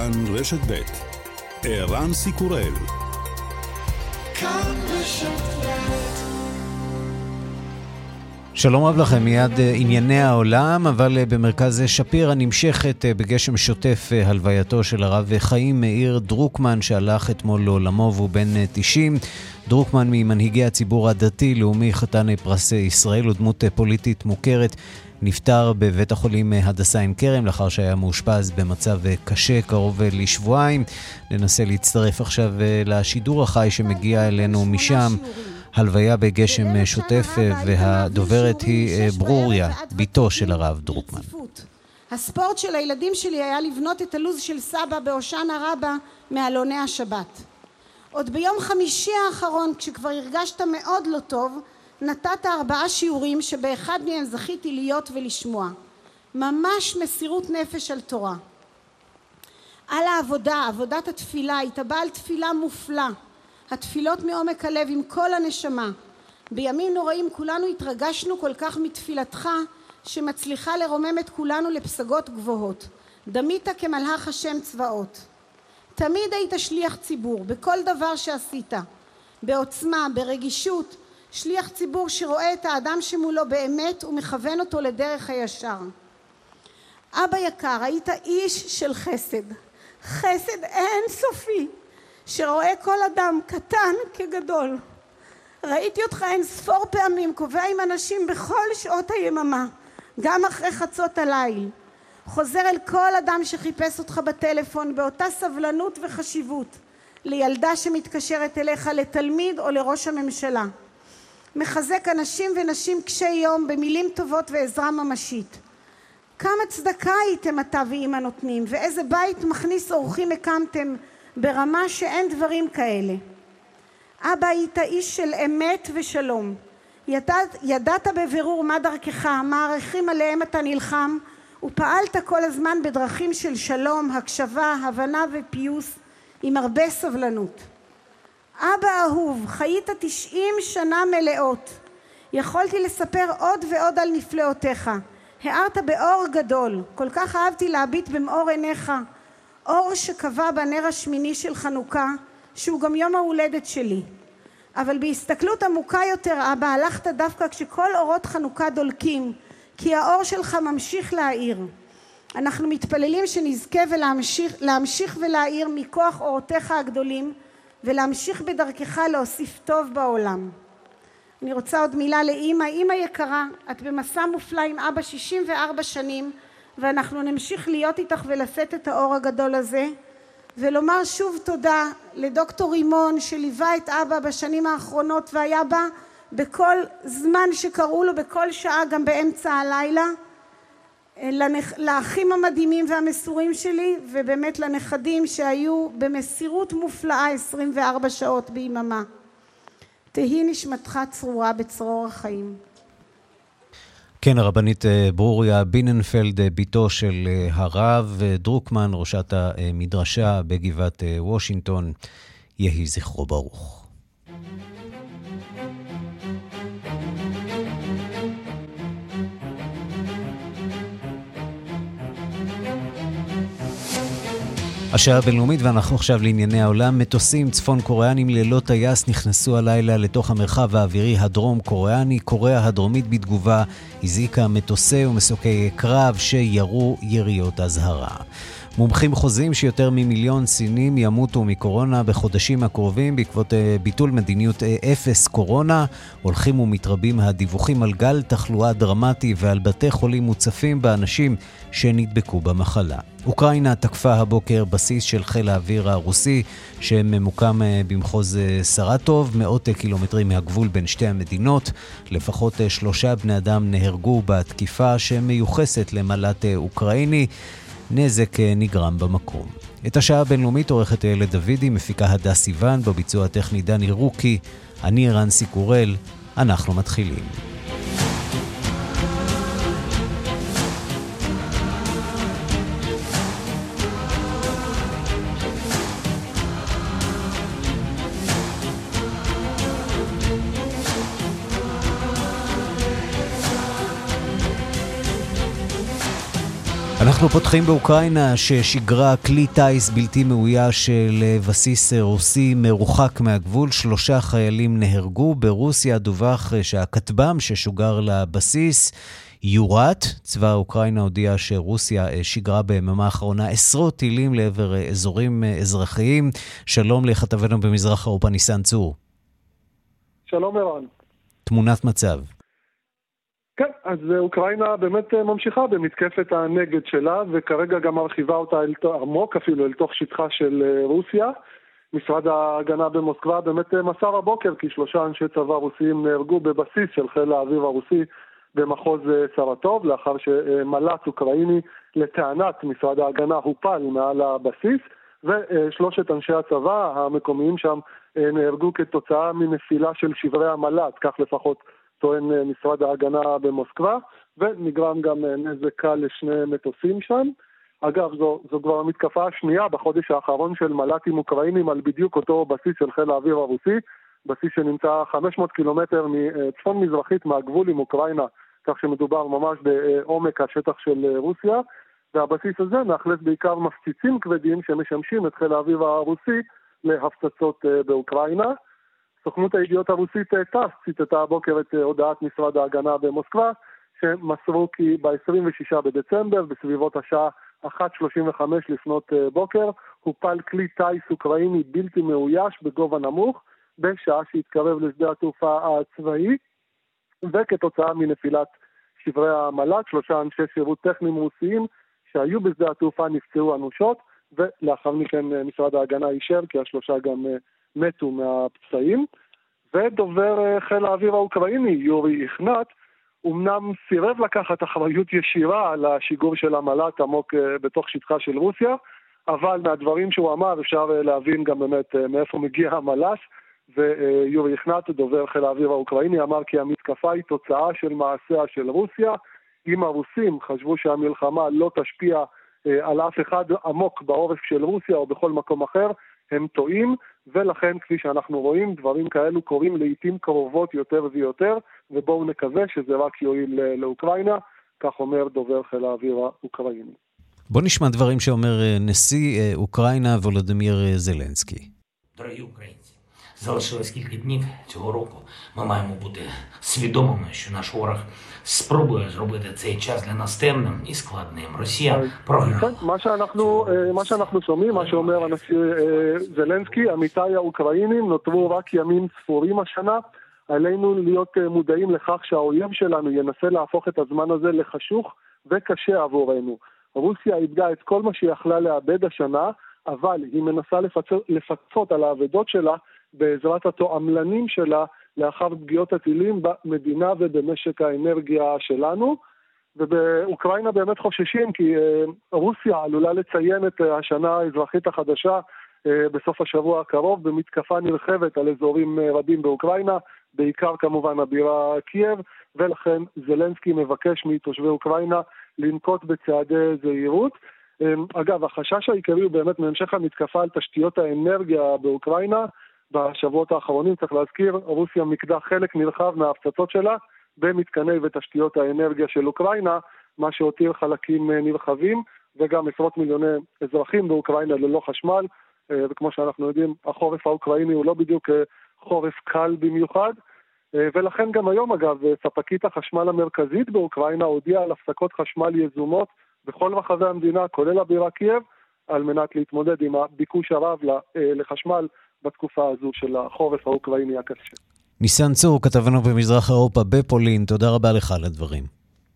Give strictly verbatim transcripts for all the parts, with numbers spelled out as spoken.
כאן רשת ב' ערן סיקורל. כאן רשת ב'. שלום רב לכם, מיד ענייני העולם, אבל במרכז שפירא נמשכת בגשם שוטף הלווייתו של הרב חיים מאיר דרוקמן שהלך אתמול לעולמו והוא בן תשעים. דרוקמן ממנהיגי הציבור הדתי-לאומי, חתן פרס ישראל ודמות פוליטית מוכרת, נפטר בבית החולים הדסה עין כרם לאחר שהיה מאושפז במצב קשה קרוב לשבועיים. ננסה להצטרף עכשיו לשידור החי שמגיע אלינו משם. הלוויה בגשם שוטף, והדוברת היא ברוריה, ביתו של הרב דרוקמן. הספורט של הילדים שלי היה לבנות את הלוז של סבא בהושענא רבה מעלוני השבת. עוד ביום חמישי האחרון, כשכבר הרגשת מאוד לא טוב, נתת ארבעה שיעורים שבאחד מהם זכיתי להיות ולשמוע. ממש מסירות נפש על תורה. על העבודה, עבודת התפילה, היית בעל תפילה מופלא. התפילות מעומק הלב עם כל הנשמה. בימים נוראים כולנו התרגשנו כל כך מתפילתך שמצליחה לרומם את כולנו לפסגות גבוהות. דמית כמלאך השם צבאות. תמיד היית שליח ציבור בכל דבר שעשית. בעוצמה, ברגישות, שליח ציבור שרואה את האדם שמולו באמת ומכוון אותו לדרך הישר. אבא יקר, היית איש של חסד. חסד אין סופי. שרואה כל אדם קטן כגדול. ראיתי אותך אין ספור פעמים קובע עם אנשים בכל שעות היממה, גם אחרי חצות הליל. חוזר אל כל אדם שחיפש אותך בטלפון באותה סבלנות וחשיבות, לילדה שמתקשרת אליך, לתלמיד או לראש הממשלה. מחזק אנשים ונשים קשי יום במילים טובות ועזרה ממשית. כמה צדקה הייתם אתה ואמא נותנים, ואיזה בית מכניס אורחים הקמתם, ברמה שאין דברים כאלה. אבא, היית איש של אמת ושלום. ידעת, ידעת בבירור מה דרכך, מה הערכים עליהם אתה נלחם, ופעלת כל הזמן בדרכים של שלום, הקשבה, הבנה ופיוס, עם הרבה סבלנות. אבא אהוב, חיית תשעים שנה מלאות. יכולתי לספר עוד ועוד על נפלאותיך. הארת באור גדול, כל כך אהבתי להביט במאור עיניך, אור שקבע בנר השמיני של חנוכה, שהוא גם יום ההולדת שלי. אבל בהסתכלות עמוקה יותר, אבא, הלכת דווקא כשכל אורות חנוכה דולקים, כי האור שלך ממשיך להאיר. אנחנו מתפללים שנזכה ולהמשיך, להמשיך ולהאיר מכוח אורותיך הגדולים, ולהמשיך בדרכך להוסיף טוב בעולם. אני רוצה עוד מילה לאמא. אמא יקרה, את במסע מופלא עם אבא שישים וארבע שנים, ואנחנו נמשיך להיות איתך ולשאת את האור הגדול הזה, ולומר שוב תודה לדוקטור רימון שליווה את אבא בשנים האחרונות והיה בה בכל זמן שקראו לו, בכל שעה, גם באמצע הלילה, לנכ... לאחים המדהימים והמסורים שלי, ובאמת לנכדים שהיו במסירות מופלאה עשרים וארבע שעות ביממה. תהי נשמתך צרורה בצרור החיים. כן, הרבנית ברוריה ביננפלד, ביתו של הרב דרוקמן, ראשת המדרשה בגבעת וושינגטון, יהי זכרו ברוך. השעה הבינלאומית, ואנחנו עכשיו לענייני העולם. מטוסים צפון קוריאנים ללא טייס נכנסו הלילה לתוך המרחב האווירי הדרום קוריאני. קוריאה הדרומית בתגובה הזעיקה מטוסי ומסוקי קרב שירו יריות אזהרה. מומחים חוזים שיותר ממיליון סינים ימותו מקורונה בחודשים הקרובים בעקבות ביטול מדיניות אפס קורונה. הולכים ומתרבים הדיווחים על גל תחלואה דרמטי ועל בתי חולים מוצפים באנשים שנדבקו במחלה. אוקראינה תקפה הבוקר בסיס של חיל האוויר הרוסי שממוקם במחוז סרטוב, מאות קילומטרים מהגבול בין שתי המדינות. לפחות שלושה בני אדם נהרגו בתקיפה שמיוחסת למל"ט אוקראיני. נזק נגרם במקום. את השעה הבינלאומית עורכת אילת דוידי, מפיקה הדס סיוון, בביצוע הטכני דני רוקי. אני ערן סיקורל, אנחנו מתחילים. אנחנו פותחים באוקראינה ששיגרה כלי טייס בלתי מאויש של בסיס רוסי מרוחק מהגבול. שלושה חיילים נהרגו. ברוסיה דווח שהכטב"ם ששוגר לבסיס יורט. צבא אוקראינה הודיע שרוסיה שיגרה ביממה האחרונה עשרות טילים לעבר אזורים אזרחיים. שלום לכתבנו במזרח אירופה ניסן צור. שלום ערן. תמונת מצב. כן, אז אוקראינה באמת ממשיכה במתקפת הנגד שלה, וכרגע גם מרחיבה אותה אל, עמוק אפילו אל תוך שטחה של רוסיה. משרד ההגנה במוסקבה באמת מסר הבוקר כי שלושה אנשי צבא רוסיים נהרגו בבסיס של חיל האוויר הרוסי במחוז סרטוב, לאחר שמל"ט אוקראיני לטענת משרד ההגנה הופל מעל הבסיס, ושלושת אנשי הצבא המקומיים שם נהרגו כתוצאה מנפילה של שברי המל"ט, כך לפחות טוען משרד ההגנה במוסקבה, ונגרם גם נזק קל לשני מטוסים שם. אגב, זו, זו כבר המתקפה השנייה בחודש האחרון של מל"טים אוקראינים על בדיוק אותו בסיס של חיל האוויר הרוסי, בסיס שנמצא חמש מאות קילומטר מצפון מזרחית מהגבול עם אוקראינה, כך שמדובר ממש בעומק השטח של רוסיה, והבסיס הזה מאכלס בעיקר מפציצים כבדים שמשמשים את חיל האוויר הרוסי להפצצות באוקראינה. סוכנות הידיעות הרוסית טאס ציטטה הבוקר את הודעת משרד ההגנה במוסקבה, שמסרו כי ב-עשרים ושישה בדצמבר, בסביבות השעה אחת שלושים וחמש לפנות בוקר, הופל כלי טייס אוקראיני בלתי מאויש בגובה נמוך, בשעה שהתקרב לשדה התעופה הצבאי, וכתוצאה מנפילת שברי המל"ט, שלושה אנשי שירות טכניים רוסיים שהיו בשדה התעופה נפצעו אנושות, ולאחר מכן משרד ההגנה אישר כי השלושה גם מתו מהפצעים. ודובר חיל האוויר האוקראיני יורי איכנט אמנם סירב לקחת אחריות ישירה על השיגור של המל"ט עמוק בתוך שטחה של רוסיה, אבל מהדברים שהוא אמר אפשר להבין גם באמת מאיפה מגיע המל"ט. ויורי איכנט, דובר חיל האוויר האוקראיני, אמר כי המתקפה היא תוצאה של מעשיה של רוסיה. אם הרוסים חשבו שהמלחמה לא תשפיע על אף אחד עמוק בעורף של רוסיה או בכל מקום אחר, הם טועים, ולכן כפי שאנחנו רואים, דברים כאלו קורים לעתים קרובות יותר ויותר, ובואו נקווה שזה רק יועיל לאוקראינה, כך אומר דובר חיל האוויר האוקראיני. בוא נשמע דברים שאומר נשיא אוקראינה וולודимир זלנסקי. Дорогі українці, залишилось кілька днів цього року. Ми маємо бути свідомими, що наш ворог спробує зробити цей час для нас темним і складним. Росія програла. מה שאנחנו, מה שאנחנו שומעים, מה שאומר הנשיא זלנסקי, עמיתיי האוקראינים, נותרו רק ימים ספורים השנה. עלינו להיות מודעים לכך שהאויב שלנו ינסה להפוך את הזמן הזה לחשוך וקשה עבורנו. רוסיה איבדה את כל מה שיכלה לאבד השנה, אבל היא מנסה לפצות, לפצות על העבודות שלה בעזרת התועמלנים שלה לאחר פגיעות הטילים במדינה ובמשק האנרגיה שלנו. ובאוקראינה באמת חוששים כי רוסיה עלולה לציין את השנה האזרחית החדשה בסוף השבוע הקרוב במתקפה נרחבת על אזורים רבים באוקראינה, בעיקר כמובן הבירה קייב, ולכן זלנסקי מבקש מתושבי אוקראינה לנקוט בצעדי זהירות. אגב, החשש העיקרי הוא באמת מהמשך המתקפה על תשתיות האנרגיה באוקראינה. בשבועות האחרונים צריך להזכיר, רוסיה מקדה חלק נרחב מההפצצות שלה במתקני ותשתיות האנרגיה של אוקראינה, מה שהותיר חלקים נרחבים וגם עשרות מיליוני אזרחים באוקראינה ללא חשמל, וכמו שאנחנו יודעים, החורף האוקראיני הוא לא בדיוק חורף קל במיוחד, ולכן גם היום אגב, ספקית החשמל המרכזית באוקראינה הודיעה על הפסקות חשמל יזומות בכל רחבי המדינה, כולל הבירה קייב, על מנת להתמודד עם הביקוש הרב לחשמל בתקופה הזו של החורף האוקראיני הקשה. ניסן צור, כתבנו במזרח אירופה בפולין, תודה רבה לך על הדברים.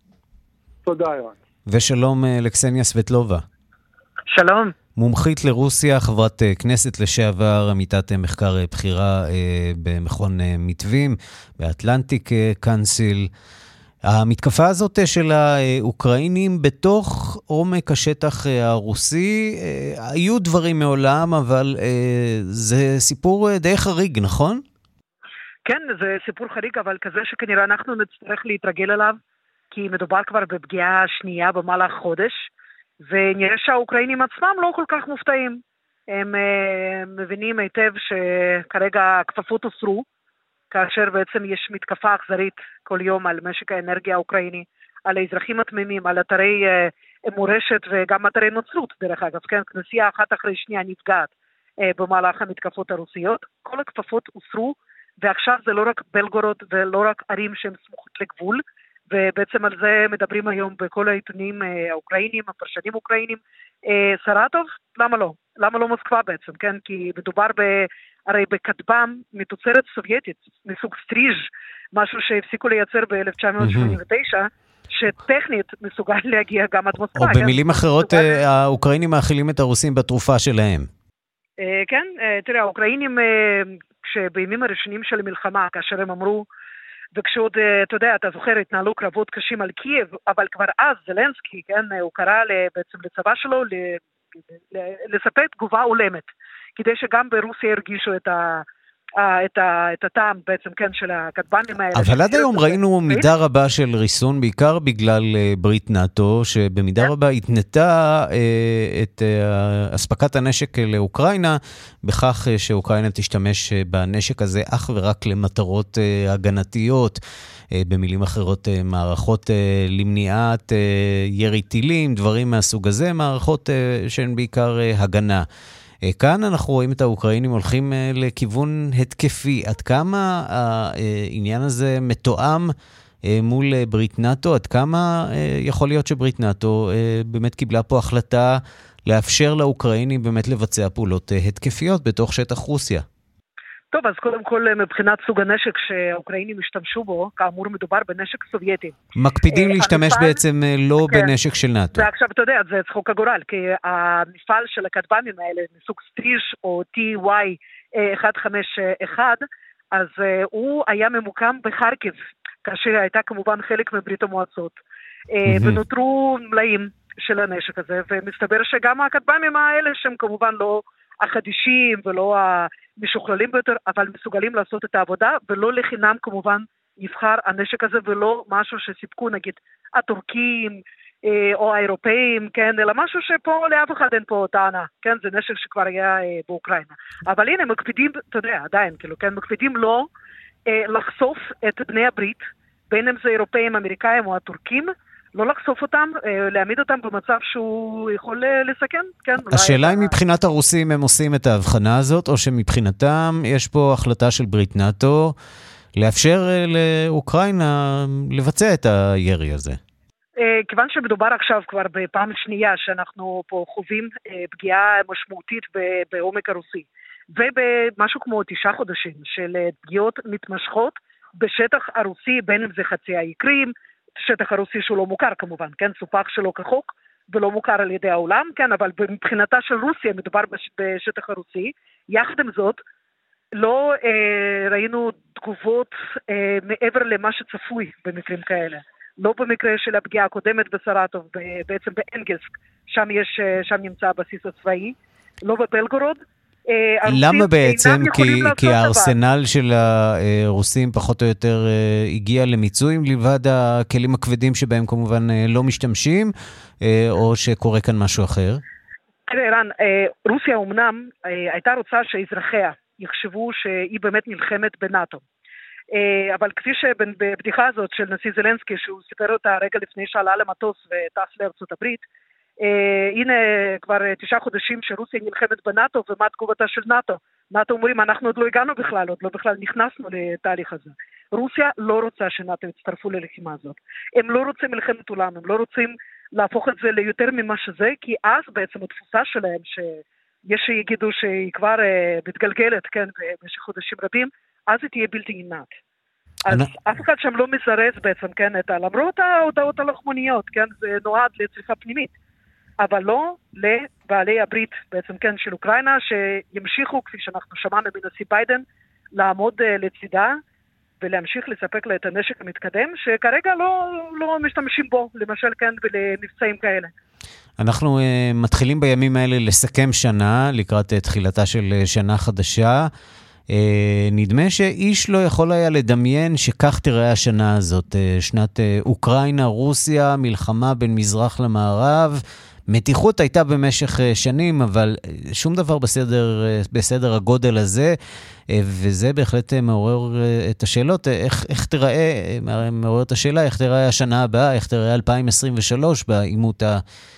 תודה, אירן. ושלום לקסניה סבטלובה. שלום. מומחית לרוסיה, חברת כנסת לשעבר, עמיתת מחקר בחירה במכון מתווים, באטלנטיק קאנסיל. המתקפה הזאת של האוקראינים בתוך עומק השטח הרוסי, היו דברים מעולם, אבל זה סיפור די חריג, נכון? כן, זה סיפור חריג, אבל כזה שכנראה אנחנו נצטרך להתרגל עליו, כי מדובר כבר בפגיעה שנייה במהלך חודש, ונראה שהאוקראינים עצמם לא כל כך מופתעים. הם מבינים היטב שכרגע הכפפות הוסרו, כאשר בעצם יש מתקפה אכזרית כל יום על משק האנרגיה האוקראיני, על האזרחים התמימים, על אתרי מורשת וגם אתרי נוצרות, דרך אגב, כן, כנסייה אחת אחרי שנייה נפגעת במהלך המתקפות הרוסיות, כל הכפפות הוסרו, ועכשיו זה לא רק בלגורוד ולא רק ערים שהן סמוכות לגבול, ובעצם על זה מדברים היום בכל העיתונים האוקראינים, הפרשנים האוקראינים. סרטוב, למה לא? למה לא מוסקבה בעצם, כן? כי מדובר ב, הרי בכטב"ם מתוצרת סובייטית, מסוג סטריז', משהו שהפסיקו לייצר ב-אלף תשע מאות שמונים ותשע, שטכנית מסוגל להגיע גם עד מוסקבה. או במילים אחרות, האוקראינים מאכילים את הרוסים בתרופה שלהם. כן, תראה, האוקראינים, כשבימים הראשונים של המלחמה, כאשר הם אמרו, וכשעוד, אתה יודע, אתה זוכר, התנהלו קרבות קשים על קייב, אבל כבר אז זלנסקי, כן, הוא קרא בעצם לצבא שלו לספק תגובה הולמת, כדי שגם ברוסיה הרגישו את ה... את, ה, את הטעם בעצם, כן, של הכטב"מים האלה. אבל עד היום ראינו מידה רבה של ריסון, בעיקר בגלל ברית נאטו, שבמידה רבה התנתה את אספקת הנשק לאוקראינה, בכך שאוקראינה תשתמש בנשק הזה אך ורק למטרות הגנתיות, במילים אחרות מערכות למניעת ירי טילים, דברים מהסוג הזה, מערכות שהן בעיקר הגנה. כאן אנחנו רואים את האוקראינים הולכים לכיוון התקפי. עד כמה העניין הזה מתואם מול ברית נאטו? עד כמה יכול להיות שברית נאטו באמת קיבלה פה החלטה לאפשר לאוקראינים באמת לבצע פעולות התקפיות בתוך שטח רוסיה? טוב, אז קודם כל מבחינת סוג הנשק שהאוקראינים השתמשו בו, כאמור מדובר בנשק סובייטי. מקפידים להשתמש בעצם לא בנשק של נאטו. ועכשיו אתה יודע, זה צחוק הגורל, כי המפעל של הכטב"מים האלה, מסוג סטריז' או טי וואי אחת חמש אחת, אז הוא היה ממוקם בחרקיב, כאשר הייתה כמובן חלק מברית המועצות, ונותרו מלאים של הנשק הזה, ומסתבר שגם הכטב"מים האלה שהם כמובן לא החדישים ולא המשוכללים ביותר, אבל מסוגלים לעשות את העבודה, ולא לחינם כמובן נבחר הנשק הזה, ולא משהו שסיפקו נגיד הטורקים או האירופאים, כן, אלא משהו שפה לאף אחד אין פה טענה, כן, זה נשק שכבר היה באוקראינה. אבל הנה, מקפידים, אתה יודע, עדיין, כאילו, כן, מקפידים לא לחשוף את בני הברית, בין אם זה אירופאים, אמריקאים או הטורקים, לא לחשוף אותם, להעמיד אותם במצב שהוא יכול לסכן, כן? השאלה היא מבחינת הרוסים הם עושים את ההבחנה הזאת, או שמבחינתם יש פה החלטה של ברית נאטו לאפשר לאוקראינה לבצע את הירי הזה? כיוון שמדובר עכשיו כבר בפעם שנייה שאנחנו פה חווים פגיעה משמעותית בעומק הרוסי, ובמשהו כמו תשעה חודשים של פגיעות מתמשכות בשטח הרוסי, בין אם זה חצי האי קרים, שטח הרוסי שהוא לא מוכר כמובן, כן, סופח שלו כחוק ולא מוכר על ידי העולם, כן, אבל מבחינתה של רוסיה מדובר בשטח הרוסי. יחד עם זאת, לא אה, ראינו תגובות אה, מעבר למה שצפוי במקרים כאלה. לא במקרה של הפגיעה הקודמת בסרטוב, בעצם באנגלסק, שם יש, שם נמצא הבסיס הצבאי, לא בבלגורוד. למה בעצם? כי, כי הארסנל של הרוסים פחות או יותר הגיע למיצוי לבד הכלים הכבדים שבהם כמובן לא משתמשים, או שקורה כאן משהו אחר? תראה, רן, רוסיה אומנם הייתה רוצה שאזרחיה יחשבו שהיא באמת נלחמת בנאטו. אבל כפי שבבדיחה הזאת של נשיא זלנסקי, שהוא סיפר אותה רגע לפני שעלה למטוס וטס לארצות הברית, Uh, הנה כבר uh, תשעה חודשים שרוסיה נלחמת בנאטו, ומה תגובתה של נאטו? נאטו אומרים, אנחנו עוד לא הגענו בכלל, עוד לא בכלל נכנסנו לתהליך הזה. רוסיה לא רוצה שנאטו יצטרפו ללחימה הזאת. הם לא רוצים מלחמת עולם, הם לא רוצים להפוך את זה ליותר ממה שזה, כי אז בעצם התפוסה שלהם, שיש שיגידו שהיא כבר uh, מתגלגלת, כן, במשך חודשים רבים, אז היא תהיה בלתי נמנעת. אז אף אחד שם לא מזרז בעצם, כן, את למרות ההודעות הלחמוניות, כן, זה נועד לצריכה פנימית. אבל לא לבעלי הברית בעצם, כן, של אוקראינה, שימשיכו, כפי שאנחנו שמענו מנשיא ביידן, לעמוד uh, לצידה ולהמשיך לספק לה את הנשק המתקדם, שכרגע לא, לא משתמשים בו, למשל, כן, ולמבצעים כאלה. אנחנו uh, מתחילים בימים האלה לסכם שנה, לקראת uh, תחילתה של uh, שנה חדשה. Uh, נדמה שאיש לא יכול היה לדמיין שכך תראה השנה הזאת, uh, שנת uh, אוקראינה, רוסיה, מלחמה בין מזרח למערב, מתיחות הייתה במשך שנים, אבל שום דבר בסדר, בסדר הגודל הזה, וזה בהחלט מעורר את השאלות, איך, איך תראה, מעורר את השאלה, איך תראה השנה הבאה, איך תראה אלפיים עשרים ושלוש בעימות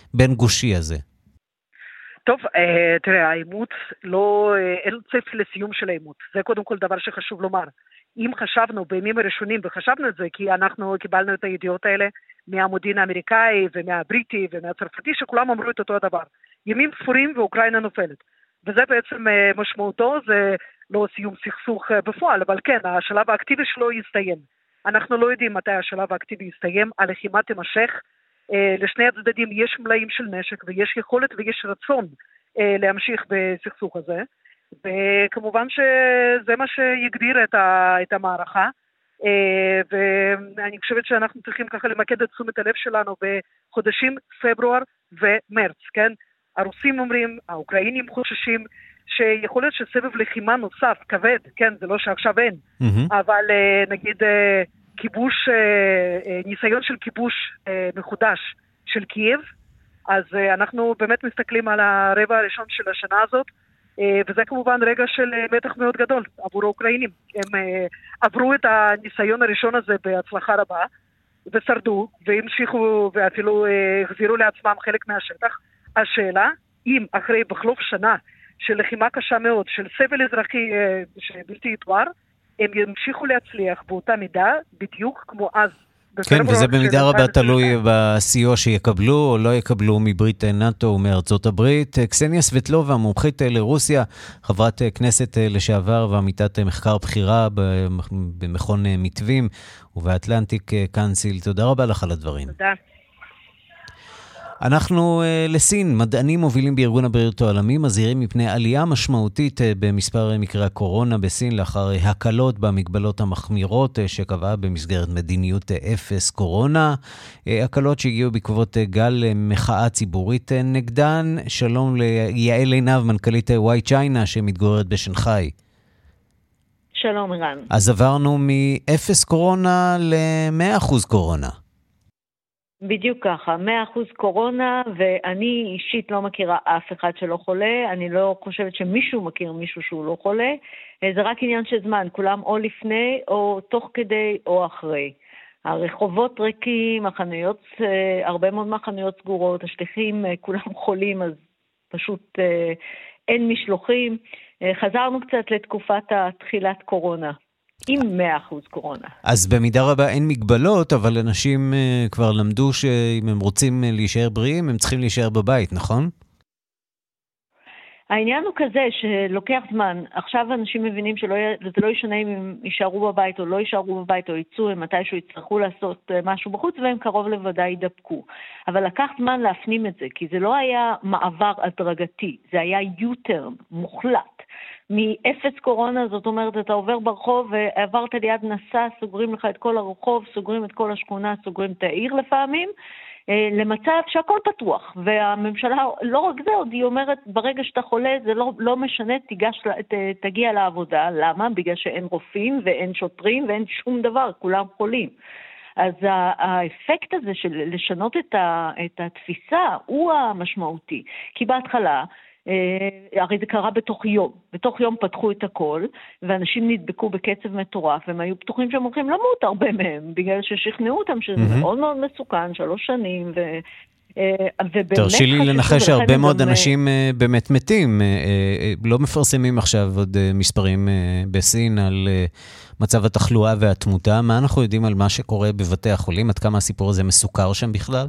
בין גושי הזה? טוב, תראה, האימות לא, אין צפי לסיום של האימות. זה קודם כל דבר שחשוב לומר. אם חשבנו בימים הראשונים, וחשבנו את זה כי אנחנו קיבלנו את הידיעות האלה מהמודיעין האמריקאי ומהבריטי ומהצרפתי, שכולם אמרו את אותו הדבר. ימים ספורים ואוקראינה נופלת. וזה בעצם משמעותו, זה לא סיום סכסוך בפועל, אבל כן, השלב האקטיבי שלו יסתיים. אנחנו לא יודעים מתי השלב האקטיבי יסתיים, הלחימה תימשך, לשני הצדדים יש מלאים של נשק ויש יכולת ויש רצון להמשיך בסכסוך הזה, וכמובן שזה מה שיגדיר את, ה, את המערכה, ואני חושבת שאנחנו צריכים ככה למקד את תשומת הלב שלנו בחודשים פברואר ומרץ, כן? הרוסים אומרים, האוקראינים חוששים שיכול להיות שסבב לחימה נוסף כבד, כן? זה לא שעכשיו אין, mm-hmm. אבל נגיד כיבוש, ניסיון של כיבוש מחודש של קייב, אז אנחנו באמת מסתכלים על הרבע הראשון של השנה הזאת, וזה כמובן רגע של מתח מאוד גדול עבור האוקראינים. הם עברו את הניסיון הראשון הזה בהצלחה רבה, ושרדו, והמשיכו ואפילו החזירו לעצמם חלק מהשטח. השאלה, אם אחרי בחלוף שנה של לחימה קשה מאוד, של סבל אזרחי שבלתי יתואר, הם ימשיכו להצליח באותה מידה, בדיוק כמו אז. כן, וזה במידה רבה תלוי בסיוע שיקבלו או לא יקבלו מברית נאט"ו ומארצות הברית. קסניה סבטלובה, מומחית לרוסיה, חברת כנסת לשעבר ועמיתת מחקר בחירה במכון מתווים ובאטלנטיק קאנסיל. תודה רבה לך על הדברים. תודה. אנחנו לסין, מדענים מובילים בארגון הבריאות העולמי מזהירים מפני עלייה משמעותית במספר מקרי הקורונה בסין לאחר הקלות במגבלות המחמירות שקבעה במסגרת מדיניות אפס קורונה, הקלות שהגיעו בעקבות גל מחאה ציבורית נגדן. שלום ליעל עינב, מנכ"לית וואי צ'יינה שמתגוררת בשנגחאי. שלום ערן. אז עברנו מ-אפס קורונה ל-מאה אחוז קורונה. בדיוק ככה, מאה אחוז קורונה, ואני אישית לא מכירה אף אחד שלא חולה, אני לא חושבת שמישהו מכיר מישהו שהוא לא חולה, זה רק עניין של זמן, כולם או לפני או תוך כדי או אחרי. הרחובות ריקים, החנויות, הרבה מאוד מהחנויות סגורות, השליחים כולם חולים, אז פשוט אין משלוחים. חזרנו קצת לתקופת התחילת קורונה. עם מאה אחוז קורונה. אז במידה רבה אין מגבלות, אבל אנשים uh, כבר למדו שאם הם רוצים להישאר בריאים, הם צריכים להישאר בבית, נכון? העניין הוא כזה שלוקח זמן. עכשיו אנשים מבינים שזה לא ישנה אם הם יישארו בבית או לא יישארו בבית או ייצאו, הם מתישהו יצטרכו לעשות משהו בחוץ והם קרוב לוודאי ידבקו. אבל לקח זמן להפנים את זה, כי זה לא היה מעבר הדרגתי, זה היה U-turn מוחלט. מאפס קורונה, זאת אומרת, אתה עובר ברחוב ועברת ליד נסע, סוגרים לך את כל הרחוב, סוגרים את כל השכונה, סוגרים את העיר לפעמים, למצב שהכל פתוח, והממשלה, לא רק זה, עוד היא אומרת, ברגע שאתה חולה, זה לא, לא משנה, תיגש, ת, תגיע לעבודה. למה? בגלל שאין רופאים ואין שוטרים ואין שום דבר, כולם חולים. אז האפקט הזה של לשנות את, ה, את התפיסה הוא המשמעותי, כי בהתחלה, הרי זה קרה בתוך יום. בתוך יום פתחו את הכל, ואנשים נדבקו בקצב מטורף, והם היו פתוחים שהם הולכים למות הרבה מהם, בגלל ששכנעו אותם שזה מאוד מאוד מסוכן, שלוש שנים, ו... תרשי לי לנחש שהרבה מאוד אנשים באמת מתים. לא מפרסמים עכשיו עוד מספרים בסין על מצב התחלואה והתמותה. מה אנחנו יודעים על מה שקורה בבתי החולים? עד כמה הסיפור הזה מסוכר שם בכלל?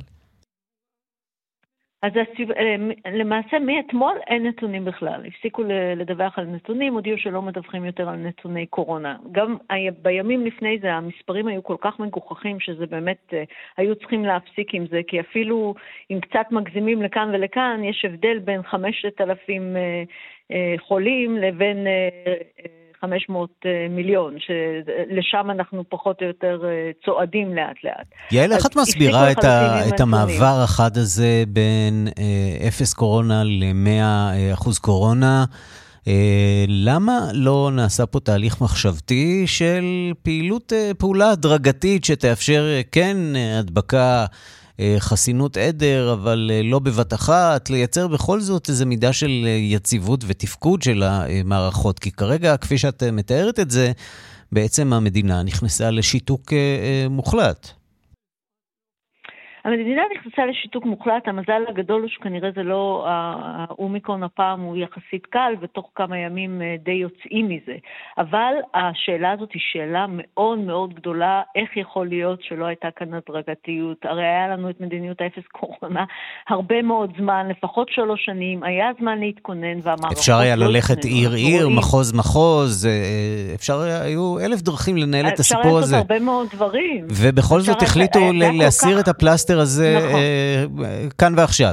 אז למעשה מאתמול אין נתונים בכלל. הפסיקו לדווח על נתונים, הודיעו שלא מדווחים יותר על נתוני קורונה. גם בימים לפני זה המספרים היו כל כך מגוחכים שזה באמת היו צריכים להפסיק עם זה, כי אפילו אם קצת מגזימים לכאן ולכאן, יש הבדל בין חמשת אלפים חולים לבין חמש מאות מיליון, שלשם אנחנו פחות או יותר צועדים לאט לאט. יעל, איך את מסבירה את, ה, את המעבר החד הזה בין אפס קורונה ל-מאה אחוז קורונה? למה לא נעשה פה תהליך מחשבתי של פעילות, פעולה הדרגתית שתאפשר כן הדבקה, חסינות עדר, אבל לא בבת אחת, לייצר בכל זאת איזו מידה של יציבות ותפקוד של המערכות, כי כרגע, כפי שאת מתארת את זה, בעצם המדינה נכנסה לשיתוק מוחלט. המדינה נכנסה לשיתוק מוחלט, המזל הגדול הוא שכנראה זה לא, האומיקרון הפעם הוא יחסית קל, ותוך כמה ימים די יוצאים מזה. אבל השאלה הזאת היא שאלה מאוד מאוד גדולה, איך יכול להיות שלא הייתה כאן הדרגתיות. הרי היה לנו את מדיניות האפס קורונה הרבה מאוד זמן, לפחות שלוש שנים, היה זמן להתכונן, והמערכות אפשר היה לא ללכת התכוננו. עיר עיר, רואים. מחוז מחוז, אפשר היו אלף דרכים לנהל את הסיפור הזה. אפשר לעשות הרבה מאוד דברים. ובכל זאת החליטו להסיר את הפלסטר הזה כאן ועכשיו.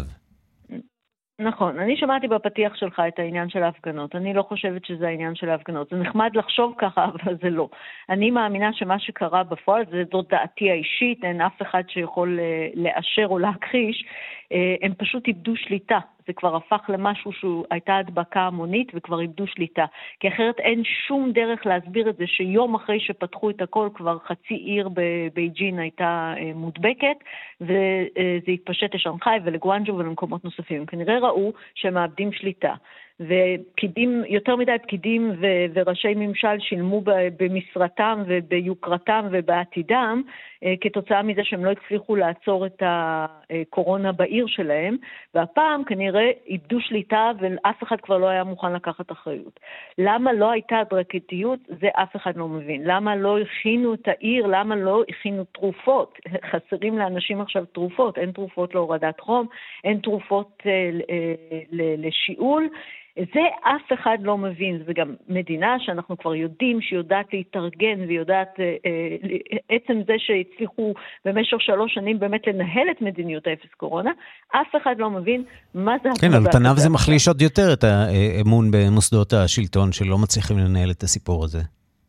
נכון, אני שמעתי בפתיח שלך את העניין של ההפגנות, אני לא חושבת שזה העניין של ההפגנות, זה נחמד לחשוב ככה, אבל זה לא. אני מאמינה שמה שקרה בפועל, זה זאת דעתי האישית, אין אף אחד שיכול לאשר או להכחיש, הם פשוט איבדו שליטה, זה כבר הפך למשהו שהייתה הדבקה המונית וכבר איבדו שליטה, כי אחרת אין שום דרך להסביר את זה שיום אחרי שפתחו את הכל כבר חצי עיר בבייג'ין הייתה מודבקת, וזה התפשט לשנגחאי ולגואנג'ו ולמקומות נוספים. כנראה ראו שהם מאבדים שליטה. ופקידים, יותר מדי פקידים ו- וראשי ממשל שילמו במשרתם וביוקרתם ובעתידם, כתוצאה מזה שהם לא הצליחו לעצור את הקורונה בעיר שלהם, והפעם כנראה איבדו שליטה ואף אחד כבר לא היה מוכן לקחת אחריות. למה לא הייתה הדרגתיות? זה אף אחד לא מבין. למה לא הכינו את העיר? למה לא הכינו תרופות? חסרים לאנשים עכשיו תרופות, אין תרופות להורדת חום, אין תרופות לשיעול, זה אף אחד לא מבין. זה גם מדינה שאנחנו כבר יודעים שיודעת להתארגן ויודעת, עצם זה שהצליחו במשך שלוש שנים באמת לנהל את מדיניות האפס קורונה, אף אחד לא מבין מה זה... כן, על פניו זה מחליש עוד יותר את האמון במוסדות השלטון שלא מצליחים לנהל את הסיפור הזה.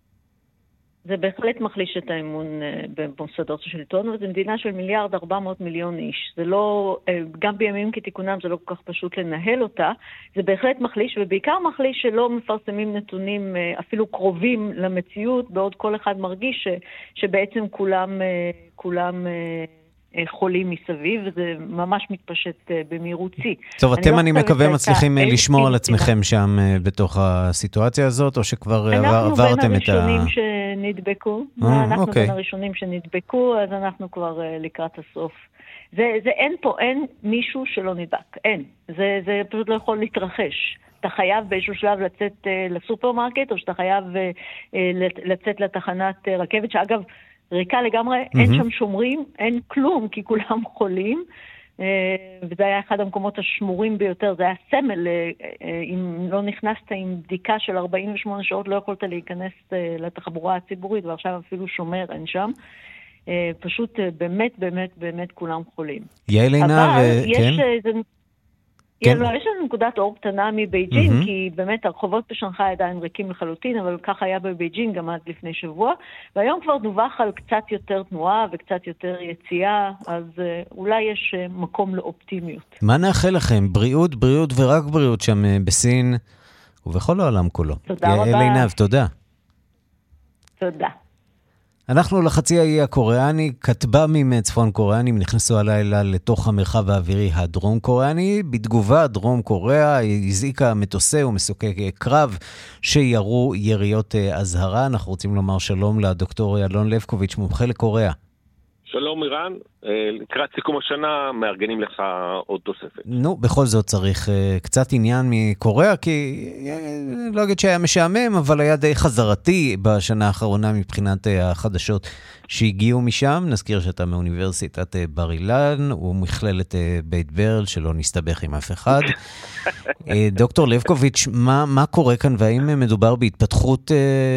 זה בהחלט מחליש את האמון במוסדות השלטון, וזו מדינה של מיליארד ארבע מאות מיליון איש. זה לא, גם בימים כתיקונם זה לא כל כך פשוט לנהל אותה, זה בהחלט מחליש, ובעיקר מחליש שלא מפרסמים נתונים אפילו קרובים למציאות, בעוד כל אחד מרגיש ש, שבעצם כולם, כולם חולים מסביב, וזה ממש מתפשט במהירות שיא. טוב, אתם אני מקווה מצליחים לשמור על עצמכם שם בתוך הסיטואציה הזאת, או שכבר עברתם את ה... אנחנו בין הראשונים שנדבקו, אנחנו בין הראשונים שנדבקו, אז אנחנו כבר לקראת הסוף. זה, זה אין פה, אין מישהו שלא נדבק, אין. זה, זה פשוט לא יכול להתרחש. אתה חייב באיזשהו שלב לצאת לסופרמרקט, או שאתה חייב לצאת לתחנת רכבת, שאגב, ריקה לגמרי, mm-hmm. אין שם שומרים, אין כלום, כי כולם חולים, וזה היה אחד המקומות השמורים ביותר, זה היה סמל, אם לא נכנסת עם בדיקה של ארבעים ושמונה שעות, לא יכולת להיכנס לתחבורה הציבורית, ועכשיו אפילו שומר אין שם, פשוט באמת, באמת, באמת כולם חולים. יעל עינב, אבל כן? יש איזה... כן. יש לנו נקודת אור קטנה מבייג'ין, mm-hmm. כי באמת הרחובות בשנגחאי עדיין ריקים לחלוטין, אבל כך היה בבייג'ין גם עד לפני שבוע, והיום כבר דווח על קצת יותר תנועה וקצת יותר יציאה, אז uh, אולי יש uh, מקום לאופטימיות. מה נאחל לכם? בריאות, בריאות ורק בריאות שם uh, בסין ובכל העולם כולו. תודה רבה. יעל עינב, תודה. תודה. אנחנו לחצי האי הקוריאני, כטב"מים צפון קוריאנים נכנסו הלילה לתוך המרחב האווירי הדרום קוריאני. בתגובה דרום קוריאה הזעיקה מטוסי ומסוקי קרב שירו יריות אזהרה. אנחנו רוצים לומר שלום לדוקטור אלון לבקוביץ', מומחה לקוריאה. שלום אירן, לקראת סיכום השנה מארגנים לך עוד תוספת. נו, בכל זאת צריך קצת עניין מקוריאה, כי לא אגיד שהיה משעמם, אבל היה די חזרתי בשנה האחרונה מבחינת החדשות שהגיעו משם. נזכיר שאתה מאוניברסיטת בר אילן ומכללת בית ברל, שלא נסתבך עם אף אחד. דוקטור לבקוביץ', מה, מה קורה כאן, והאם מדובר בהתפתחות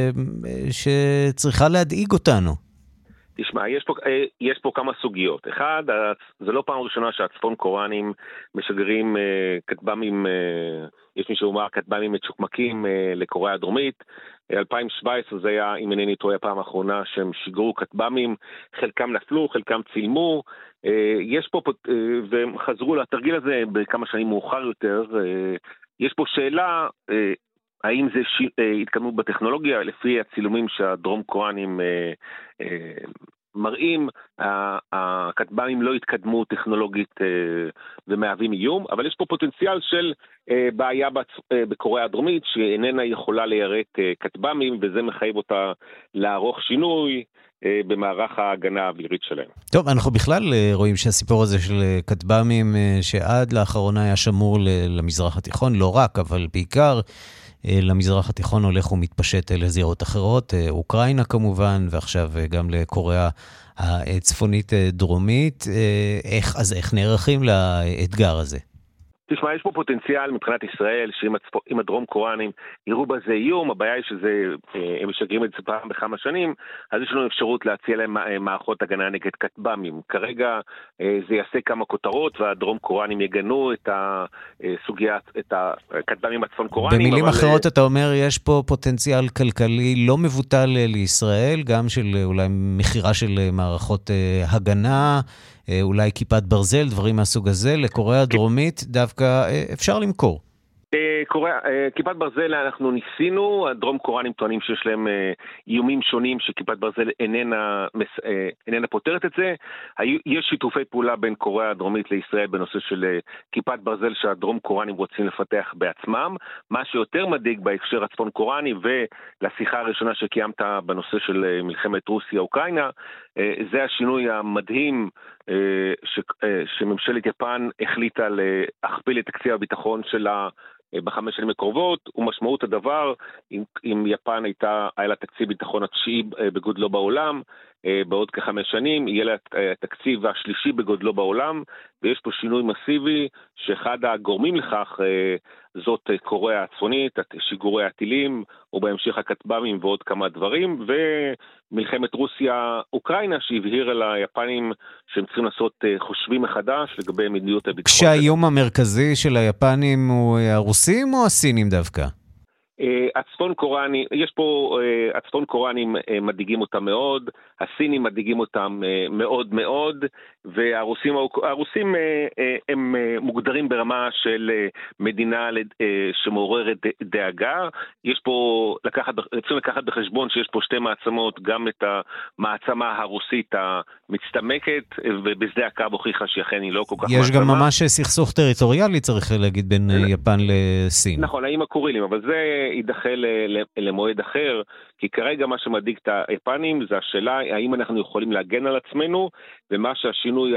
שצריכה להדאיג אותנו? תשמע, יש פה, יש פה כמה סוגיות. אחד, זה לא פעם ראשונה שהצפון קוריאנים משגרים כטב"מים, יש מי שאומר כטב"מים מצ'וקמקים לקוריאה הדרומית. אלפיים שבע עשרה זה היה, אם אינני טועה, הפעם האחרונה שהם שיגרו כטב"מים, חלקם נפלו, חלקם צילמו. יש פה, והם חזרו לתרגיל הזה בכמה שנים מאוחר יותר. יש פה שאלה... האם זה ש... התקדמות בטכנולוגיה? לפי הצילומים שהדרום קוריאנים מראים, הכטב"מים לא התקדמו טכנולוגית ומהווים איום, אבל יש פה פוטנציאל של בעיה בקוריאה הדרומית, שאיננה יכולה ליירט כטב"מים, וזה מחייב אותה לערוך שינוי במערך ההגנה האווירית שלהם. טוב, אנחנו בכלל רואים שהסיפור הזה של כטב"מים, שעד לאחרונה היה שמור למזרח התיכון, לא רק, אבל בעיקר למזרח התיכון הולך ומתפשט לזירות אחרות, אוקראינה כמובן, ועכשיו גם לקוריאה הצפונית דרומית. איך, אז איך נערכים לאתגר הזה? תשמע, יש פה פוטנציאל מבחינת ישראל, שאם הדרום קוריאנים יראו בזה איום, הבעיה היא שהם משגרים את זה פעם בכמה שנים, אז יש לנו אפשרות להציע להם מערכות הגנה נגד כטב"מים. כרגע זה יעשה כמה כותרות, והדרום קוריאנים יגנו את הסוגיה, את הכטב"מים הצפון קוריאנים. במילים אבל... אחרות אתה אומר, יש פה פוטנציאל כלכלי לא מבוטל לישראל, גם של אולי מחירה של מערכות הגנה, אולי כיפת ברזל, דברים מהסוג הזה, לקוריאה הדרומית דווקא אפשר למכור. קוריאה, כיפת ברזל אנחנו ניסינו, הדרום קוריאנים טוענים שיש להם איומים שונים שכיפת ברזל איננה, איננה פותרת את זה. יש שיתופי פעולה בין קוריאה הדרומית לישראל בנושא של כיפת ברזל שהדרום קוריאנים רוצים לפתח בעצמם. מה שיותר מדאיג בהקשר הצפון קוריאני ולשיחה הראשונה שקיימת בנושא של מלחמת רוסיה-אוקראינה, זה השינוי המדהים ש, שממשלת יפן החליטה להכפיל את תקציב הביטחון שלה בחמש שנים הקרובות, ומשמעות הדבר, אם, אם יפן הייתה, היה לה תקציב ביטחון התשיעי בגודלו בעולם, בעוד כחמש שנים, יהיה לה התקציב השלישי בגודלו בעולם, ויש פה שינוי מסיבי, שאחד הגורמים לכך זאת קוריאה הצפונית, שיגורי הטילים, ובהמשך הכטב"מים ועוד כמה דברים, ומלחמת רוסיה-אוקראינה, שהבהירה ליפנים שהם צריכים לעשות חושבים מחדש לגבי מדיניות הביטחון. כשהאיום המרכזי של היפנים הוא הרוסים או הסינים דווקא? הצפון קוריאני, יש פה, הצפון קוריאנים מדאיגים אותם מאוד, הסינים מדאיגים אותם מאוד מאוד, והרוסים הרוסים הם מוגדרים ברמה של מדינה שמעוררת דאגה. יש פה לקחת, צריכים לקחת בחשבון שיש פה שתי מעצמות, גם את המעצמה הרוסית המצטמקת, ובשדה הקרב הוכיחה שאכן היא לא כל כך מעצמה. יש גם ממש סכסוך טריטוריאלי, צריך להגיד, בין יפן לסין. נכון, האם הקורילים, אבל זה יידחה למועד אחר, כי כרגע מה שמדאיג את היפנים זה השאלה האם אנחנו יכולים להגן על עצמנו, ומה שהשינוי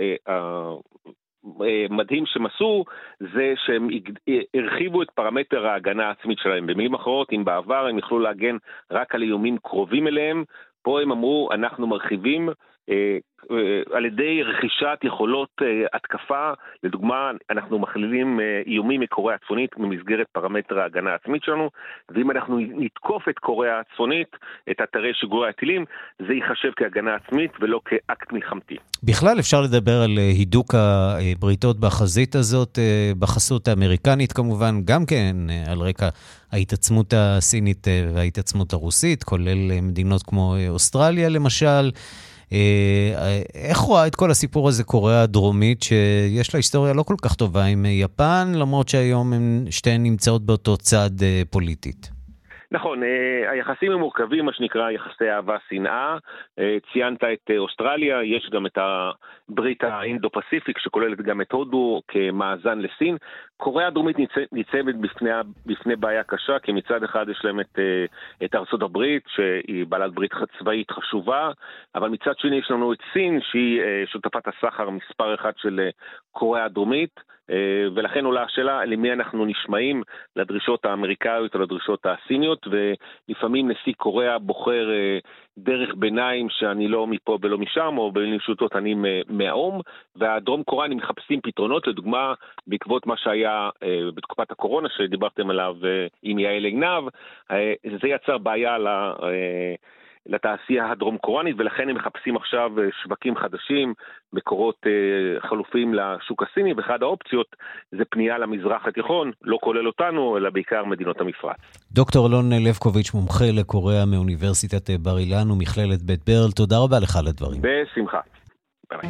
המדהים שהם עשו זה שהם הרחיבו את פרמטר ההגנה העצמית שלהם. במילים אחרות, אם בעבר הם יכלו להגן רק על איומים קרובים אליהם, פה הם אמרו אנחנו מרחיבים על ידי רכישת יכולות התקפה. לדוגמה, אנחנו מכלילים איומים מקוריאה הצפונית במסגרת פרמטר ההגנה העצמית שלנו, ואם אנחנו נתקוף את קוריאה הצפונית, את אתרי שיגורי הטילים, זה ייחשב כהגנה עצמית ולא כאקט מלחמתי. בכלל אפשר לדבר על הידוק הבריתות בחזית הזאת, בחסות האמריקנית כמובן, גם כן על רקע ההתעצמות הסינית וההתעצמות הרוסית, כולל מדינות כמו אוסטרליה למשל. איך רואה את כל הסיפור הזה קוריאה הדרומית, שיש לה היסטוריה לא כל כך טובה עם יפן, למרות שהיום הן שתיהן נמצאות באותו צד פוליטית? נכון, היחסים הם מורכבים, מה שנקרא יחסי אהבה שנאה. ציינת את אוסטרליה, יש גם את הברית האינדו-פסיפיק שכוללת גם את הודו כמאזן לסין. קוריאה הדרומית ניצבת בפני, בפני בעיה קשה, כי מצד אחד יש להם את, את ארצות הברית שהיא בעלת ברית צבאית חשובה, אבל מצד שני יש לנו את סין שהיא שותפת הסחר מספר אחד של קוריאה הדרומית, ולכן עולה השאלה למי אנחנו נשמעים, לדרישות האמריקאיות או לדרישות הסיניות, ולפעמים נשיא קוריאה בוחר דרך ביניים שאני לא מפה ולא משם, או במילים פשוטות אני מהאום, והדרום קוריאנים מחפשים פתרונות, לדוגמה בעקבות מה שהיה בתקופת הקורונה שדיברתם עליו עם יעל עינב, זה יצר בעיה ל... לתעשייה הדרום קוריאנית, ולכן הם מחפשים עכשיו שווקים חדשים, מקורות חלופים לשוק הסיני, ואחד האופציות זה פנייה למזרח התיכון, לא כולל אותנו, אלא בעיקר מדינות המפרץ. דוקטור אלון לבקוביץ', מומחה לקוריאה מאוניברסיטת בר אילן ומכללת בית ברל, תודה רבה לך על הדברים. בשמחה. ביי.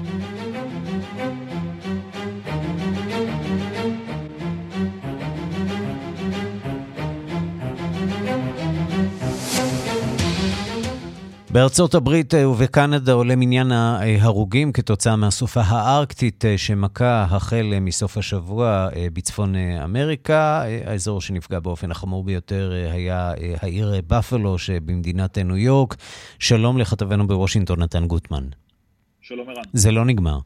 בארצות הברית ובקנדה עולה מניין ההרוגים כתוצאה מהסופה הארקטית שמכה החל מסוף השבוע בצפון אמריקה. האזור שנפגע באופן החמור ביותר היה העיר בפלו שבמדינת ניו יורק. שלום לכתבנו בוושינגטון נתן גוטמן. שלום ערן. זה לא נגמר.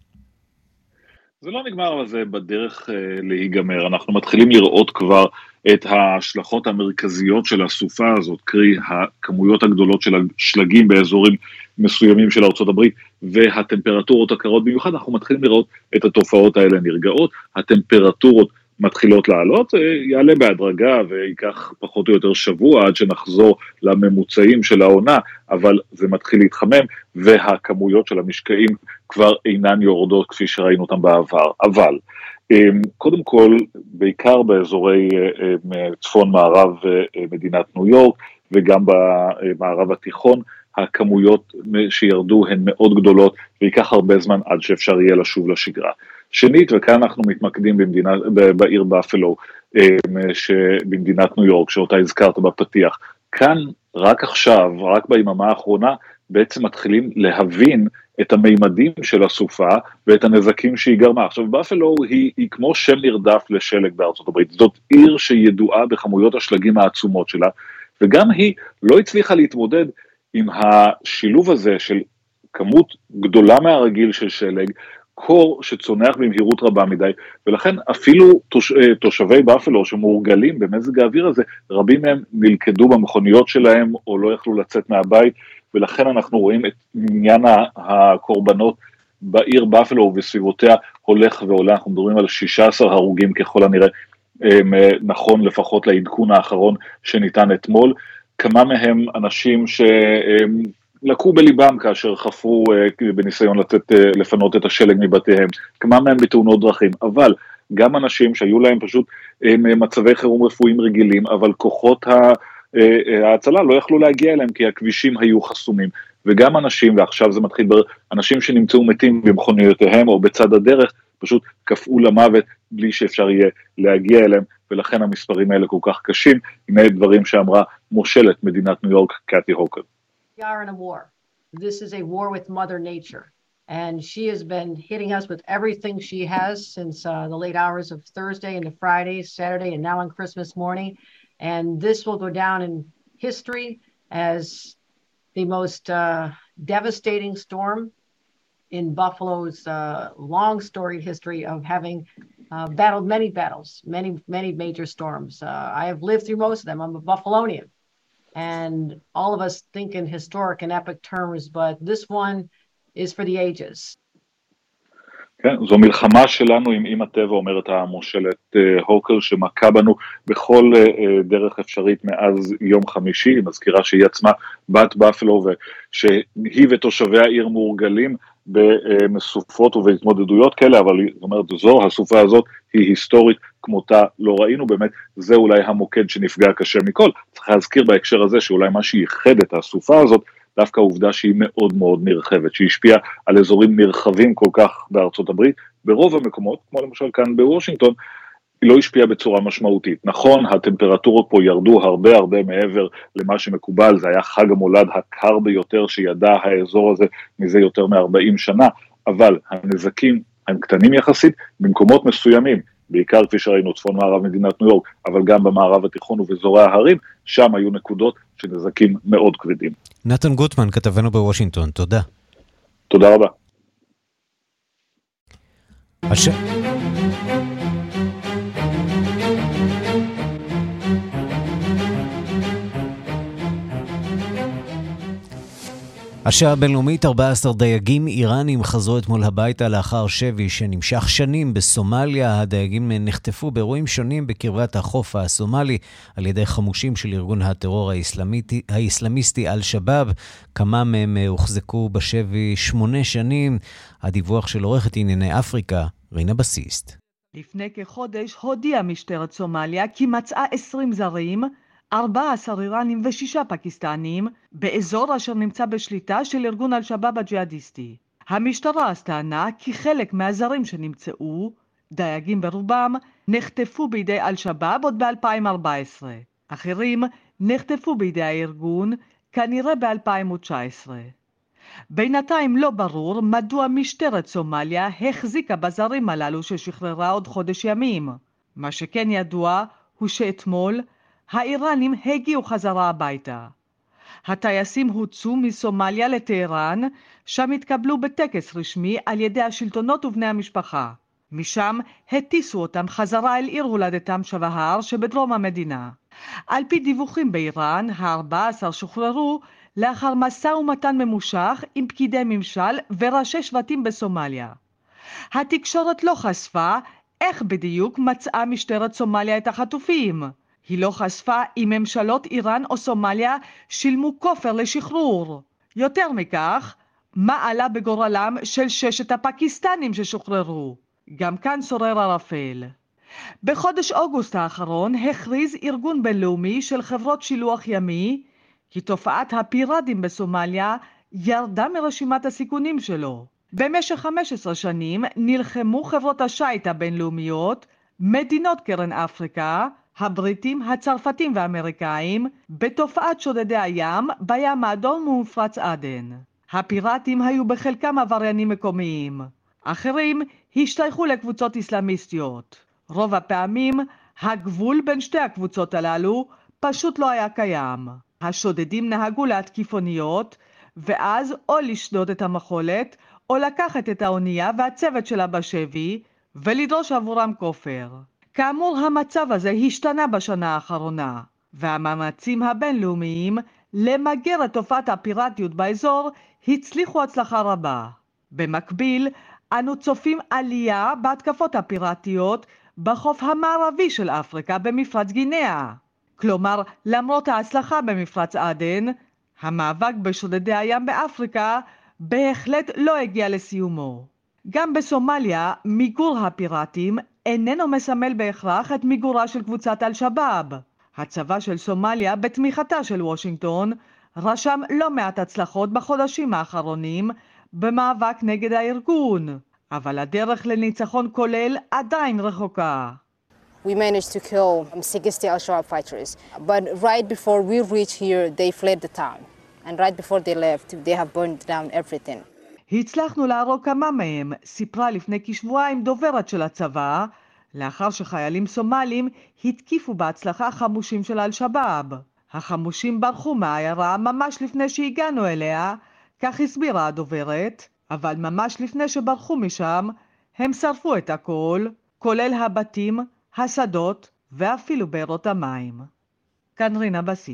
זה לא נגמר, אבל זה בדרך להיגמר. אנחנו מתחילים לראות כבר את ההשלכות המרכזיות של הסופה הזאת, קרי הכמויות הגדולות של השלגים באזורים מסוימים של ארצות הברית, והטמפרטורות הקרות במיוחד, אנחנו מתחילים לראות את התופעות האלה נרגעות, הטמפרטורות מתחילות לעלות, יעלה בהדרגה ויקח פחות או יותר שבוע עד שנחזור לממוצעים של העונה, אבל זה מתחיל להתחמם, והכמויות של המשקעים כבר אינן יורדות כפי שראינו אותם בעבר. אבל קודם כל, בעיקר באזורי צפון מערב מדינת ניו יורק, וגם במערב התיכון, הכמויות שירדו הן מאוד גדולות, ויקח הרבה זמן עד שאפשר יהיה לשוב לשגרה. שנית, וכאן אנחנו מתמקדים במדינה, בעיר באפלו, שבמדינת ניו יורק, שאותה הזכרת בפתיח. כאן, רק עכשיו, רק ביממה האחרונה, בעצם מתחילים להבין את המימדים של הסופה, ואת הנזקים שהיא גרמה. עכשיו, באפלו היא, היא כמו שם נרדף לשלג בארצות הברית. זאת עיר שידועה בחמויות השלגים העצומות שלה, וגם היא לא הצליחה להתמודד עם השילוב הזה של כמות גדולה מהרגיל של שלג, קור שצונח במהירות רבה מדי, ולכן אפילו תוש, תושבי באפלו שמורגלים במזג האוויר הזה, רבים מהם נלכדו במכוניות שלהם או לא יכלו לצאת מהבית, ולכן אנחנו רואים את עניין הקורבנות בעיר באפלו ובסביבותיה הולך ועולה. אנחנו מדברים על שישה עשר הרוגים ככל הנראה, נכון לפחות לעדכון האחרון שניתן אתמול, כמה מהם אנשים שלקו בליבם כאשר חפרו בניסיון לצאת, לפנות את השלג מבתיהם, כמה מהם בתאונות דרכים, אבל גם אנשים שהיו להם פשוט מצבי חירום רפואיים רגילים, אבל כוחות ההצלה לא יכלו להגיע אליהם כי הכבישים היו חסומים, וגם אנשים, ועכשיו זה מתחיל בר, אנשים שנמצאו מתים במכוניותיהם או בצד הדרך, פשוט קפאו למוות בלי שאפשר יהיה להגיע אליהם, ולכן המספרים האלה כל כך קשים. הנה דברים שאמרה מושלת מדינת ניו יורק, קאתי הוקר. We are in a war. This is a war with Mother Nature. And she has been hitting us with everything she has since uh, the late hours of Thursday into Friday, Saturday, and now on Christmas morning. And this will go down in history as the most uh, devastating storm in Buffalo's uh, long storied history of having uh, battled many battles, many, many major storms. Uh, I have lived through most of them. I'm a Buffalonian. And all of us think in historic and epic terms, but this one is for the ages. כן, זו מלחמה שלנו עם אמא טבע, אומרת המושלת הוקר, שמכה בנו בכל דרך אפשרית מאז יום חמישי. היא מזכירה שהיא עצמה בת באפלו, ושהיא ותושבי העיר מורגלים במסופות ובהתמודדויות כאלה, אבל זאת אומרת, זו, הסופה הזאת היא היסטורית, כמותה לא ראינו. באמת, זה אולי המוקד שנפגע קשה מכל. צריך להזכיר בהקשר הזה שאולי מה שייחד את הסופה הזאת, דווקא העובדה שהיא מאוד מאוד נרחבת, שהיא השפיעה על אזורים נרחבים כל כך בארצות הברית, ברוב המקומות, כמו למשל כאן בוושינגטון, היא לא השפיעה בצורה משמעותית. נכון, הטמפרטורות פה ירדו הרבה הרבה מעבר למה שמקובל, זה היה חג המולד הקר ביותר שידע האזור הזה מזה יותר מ-ארבעים שנה, אבל הנזקים הם קטנים יחסית במקומות מסוימים, בעיקר כפי שראינו צפון מערב מדינת ניו יורק, אבל גם במערב התיכון ובאזורי ההרים, שם היו נקודות של נזקים מאוד כבדים. נתן גוטמן, כתבנו בוושינגטון, תודה. תודה רבה. הש... השעה הבינלאומית, ארבעה עשר דייגים איראנים חזרו אתמול הביתה לאחר שבי שנמשך שנים בסומליה. הדייגים נחטפו באירועים שונים בקרבת החוף הסומלי על ידי חמושים של ארגון הטרור האסלאמיסטי אל-שבאב. כמה מהם הוחזקו בשבי שמונה שנים. הדיווח של עורכת ענייני אפריקה, רינה בסיסט. לפני כחודש הודיעה משטרת סומליה כי מצאה עשרים זרים, ארבעה עשר איראנים ושישה פקיסטנים, באזור אשר נמצא בשליטה של ארגון אל-שבאב הג'יהאדיסטי. המשטרה אז טענה כי חלק מהזרים שנמצאו, דייגים ברובם, נחטפו בידי אל-שבאב עוד ב-אלפיים וארבע עשרה. אחרים נחטפו בידי הארגון כנראה ב-אלפיים תשע עשרה. בינתיים לא ברור מדוע משטרת סומליה החזיקה בזרים הללו ששחררה עוד חודש ימים. מה שכן ידוע הוא שאתמול האיראנים הגיעו חזרה הביתה. הטייסים הוצאו מסומליה לטהרן, שם התקבלו בטקס רשמי על ידי השלטונות ובני המשפחה. משם הטיסו אותם חזרה אל עיר הולדתם שבהר שבדרום המדינה. על פי דיווחים באיראן, ה-ארבעה עשר שוחררו לאחר משא ומתן ממושך עם פקידי ממשל וראשי שבטים בסומליה. התקשורת לא חשפה איך בדיוק מצאה משטרת סומליה את החטופים. היא לא חשפה אם ממשלות איראן או סומליה שילמו כופר לשחרור. יותר מכך, מה עלה בגורלם של ששת הפקיסטנים ששוחררו? גם כאן שורר ערפל. בחודש אוגוסט האחרון הכריז ארגון בינלאומי של חברות שילוח ימי כי תופעת הפיראטים בסומליה ירדה מרשימת הסיכונים שלו. במשך חמש עשרה שנים נלחמו חברות השייט הבינלאומיות, מדינות קרן אפריקה, הבריטים, הצרפתים והאמריקאים, בתופעת שודדי הים בים האדום ומפרץ עדן. הפיראטים היו בחלקם עבריינים מקומיים. אחרים השתייכו לקבוצות אסלאמיסטיות. רוב הפעמים הגבול בין שתי הקבוצות הללו פשוט לא היה קיים. השודדים נהגו להתקיף אוניות, ואז או לשדוד את המחולת, או לקחת את האונייה והצוות שלה בשבי, ולדרוש עבורם כופר. כאמור, המצב הזה השתנה בשנה האחרונה, והמאמצים הבינלאומיים למגר את תופעת הפיראטיות באזור הצליחו הצלחה רבה. במקביל, אנו צופים עלייה בהתקפות הפיראטיות בחוף המערבי של אפריקה במפרץ גינאה. כלומר, למרות ההצלחה במפרץ עדן, המאבק בשודדי הים באפריקה בהחלט לא הגיע לסיומו. גם בסומליה, מיגור הפיראטים איננו מסמל בהכרח את מיגורה של קבוצת אל-שבאב. הצבא של סומליה, בתמיכתה של וושינגטון, רשם לא מעט הצלחות בחודשים האחרונים במאבק נגד הארגון, אבל הדרך לניצחון כולל עדיין רחוקה. We managed to kill sixty Al-Shabaab fighters, but right before we reached here, they fled the town. And right before they left, they have burned down everything. הצלחנו להרוג כמה מהם, סיפרה לפני כשבועיים דוברת של הצבא, לאחר שחיילים סומלים התקיפו בהצלחה חמושים של אל-שבאב. החמושים ברחו מהעיירה ממש לפני שהגענו אליה, כך הסבירה הדוברת, אבל ממש לפני שברחו משם, הם שרפו את הכל, כולל הבתים, השדות ואפילו בארות המים. כאן רינה בסיס.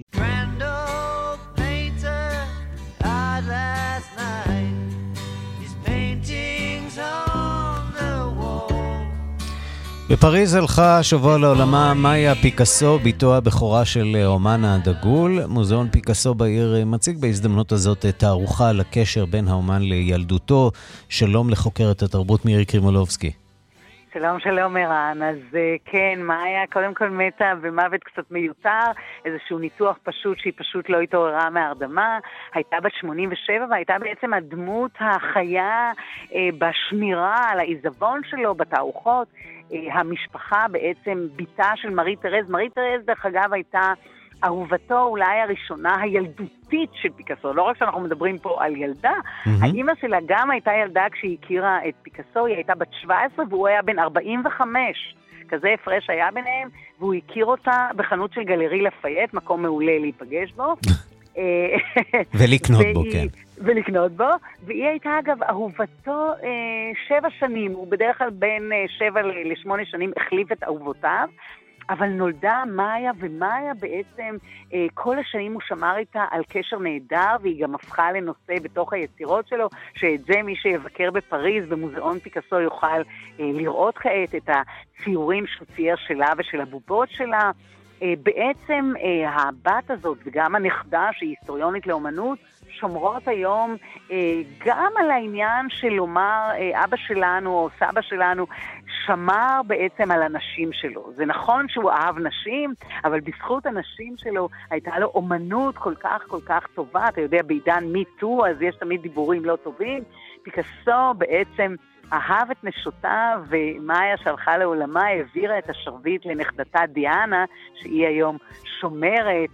בפריז הלכה שבוע לעולמה מאיה פיקאסו, ביתו הבכורה של אומן הדגול. מוזיאון פיקאסו בעיר מציג בהזדמנות הזאת תערוכה על הקשר בין האומן לילדותו. שלום לחוקרת התרבות מירי קרימולובסקי. שלום שלום ערן. אז כן, מאיה קודם כל מתה במוות קצת מיותר, איזשהו ניתוח פשוט שהיא פשוט לא התעוררה מהרדמה. הייתה בת שמונים ושבע והייתה בעצם הדמות החיה אה, בשמירה על העיזבון שלו בתערוכות. המשפחה בעצם ביתה של מארי תרז. מארי תרז דרך אגב הייתה אהובתו אולי הראשונה הילדותית של פיקאסו. לא רק שאנחנו מדברים פה על ילדה, mm-hmm. האמא שלה גם הייתה ילדה כשהיא הכירה את פיקאסו, היא הייתה בת שבע עשרה והוא היה בן ארבעים וחמש. כזה הפרש היה ביניהם, והוא הכיר אותה בחנות של גלרי לפייט, מקום מעולה להיפגש בו. ולקנות בו, כן. ולקנות בו, והיא הייתה אגב אהובתו אה, שבע שנים, הוא בדרך כלל בין אה, שבע לשמונה שנים החליף את אהובותיו, אבל נולדה מאיה, ומאיה בעצם אה, כל השנים הוא שמר איתה על קשר נהדר, והיא גם הפכה לנושא בתוך היצירות שלו, שאת זה מי שיבקר בפריז במוזיאון פיקאסו יוכל אה, לראות כעת את הציורים שהוא צייר שלה ושל הבובות שלה. אה, בעצם אה, הבת הזאת וגם הנכדה שהיא היסטוריונית לאומנות, שומרות היום אה, גם על העניין של לומר אה, אבא שלנו או סבא שלנו שמר בעצם על הנשים שלו. זה נכון שהוא אהב נשים, אבל בזכות הנשים שלו הייתה לו אומנות כל כך כל כך טובה. אתה יודע, בעידן מיטו, אז יש תמיד דיבורים לא טובים. פיקאסו בעצם אהב את נשותיו, ומאיה שהלכה לעולמה העבירה את השרביט לנכדתה דיאנה, שהיא היום שומרת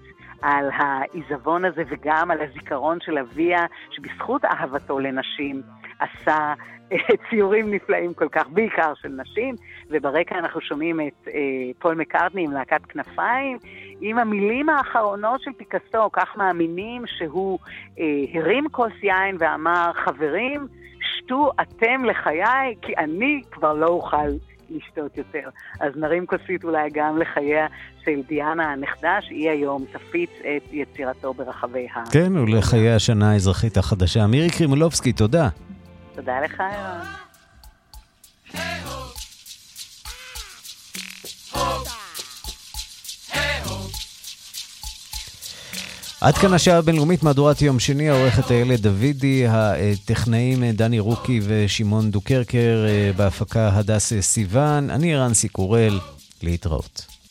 על העיזבון הזה וגם על הזיכרון של אביה, שבזכות אהבתו לנשים עשה ציורים נפלאים כל כך, בעיקר של נשים, וברקע אנחנו שומעים את אה, פול מקארטני עם להקת כנפיים, עם המילים האחרונות של פיקאסו, כך מאמינים שהוא אה, הרים כוס יין ואמר, חברים, שתו אתם לחיי, כי אני כבר לא אוכל לשתות יותר. אז נרים כוסית אולי גם לחייה של דיאנה הנכדה, שהיא היום תפיץ את יצירתו ברחבי ה... כן, ולחיי השנה האזרחית החדשה. מירי קרימולובסקי, תודה. תודה לך, אירון. עד כאן השעה הבינלאומית, מהדורת יום שני, העורכת הילד דוידי, הטכנאים דני רוקי ושמעון דוקרקר, בהפקה הדס סיוון, אני רנסי קורל, להתראות.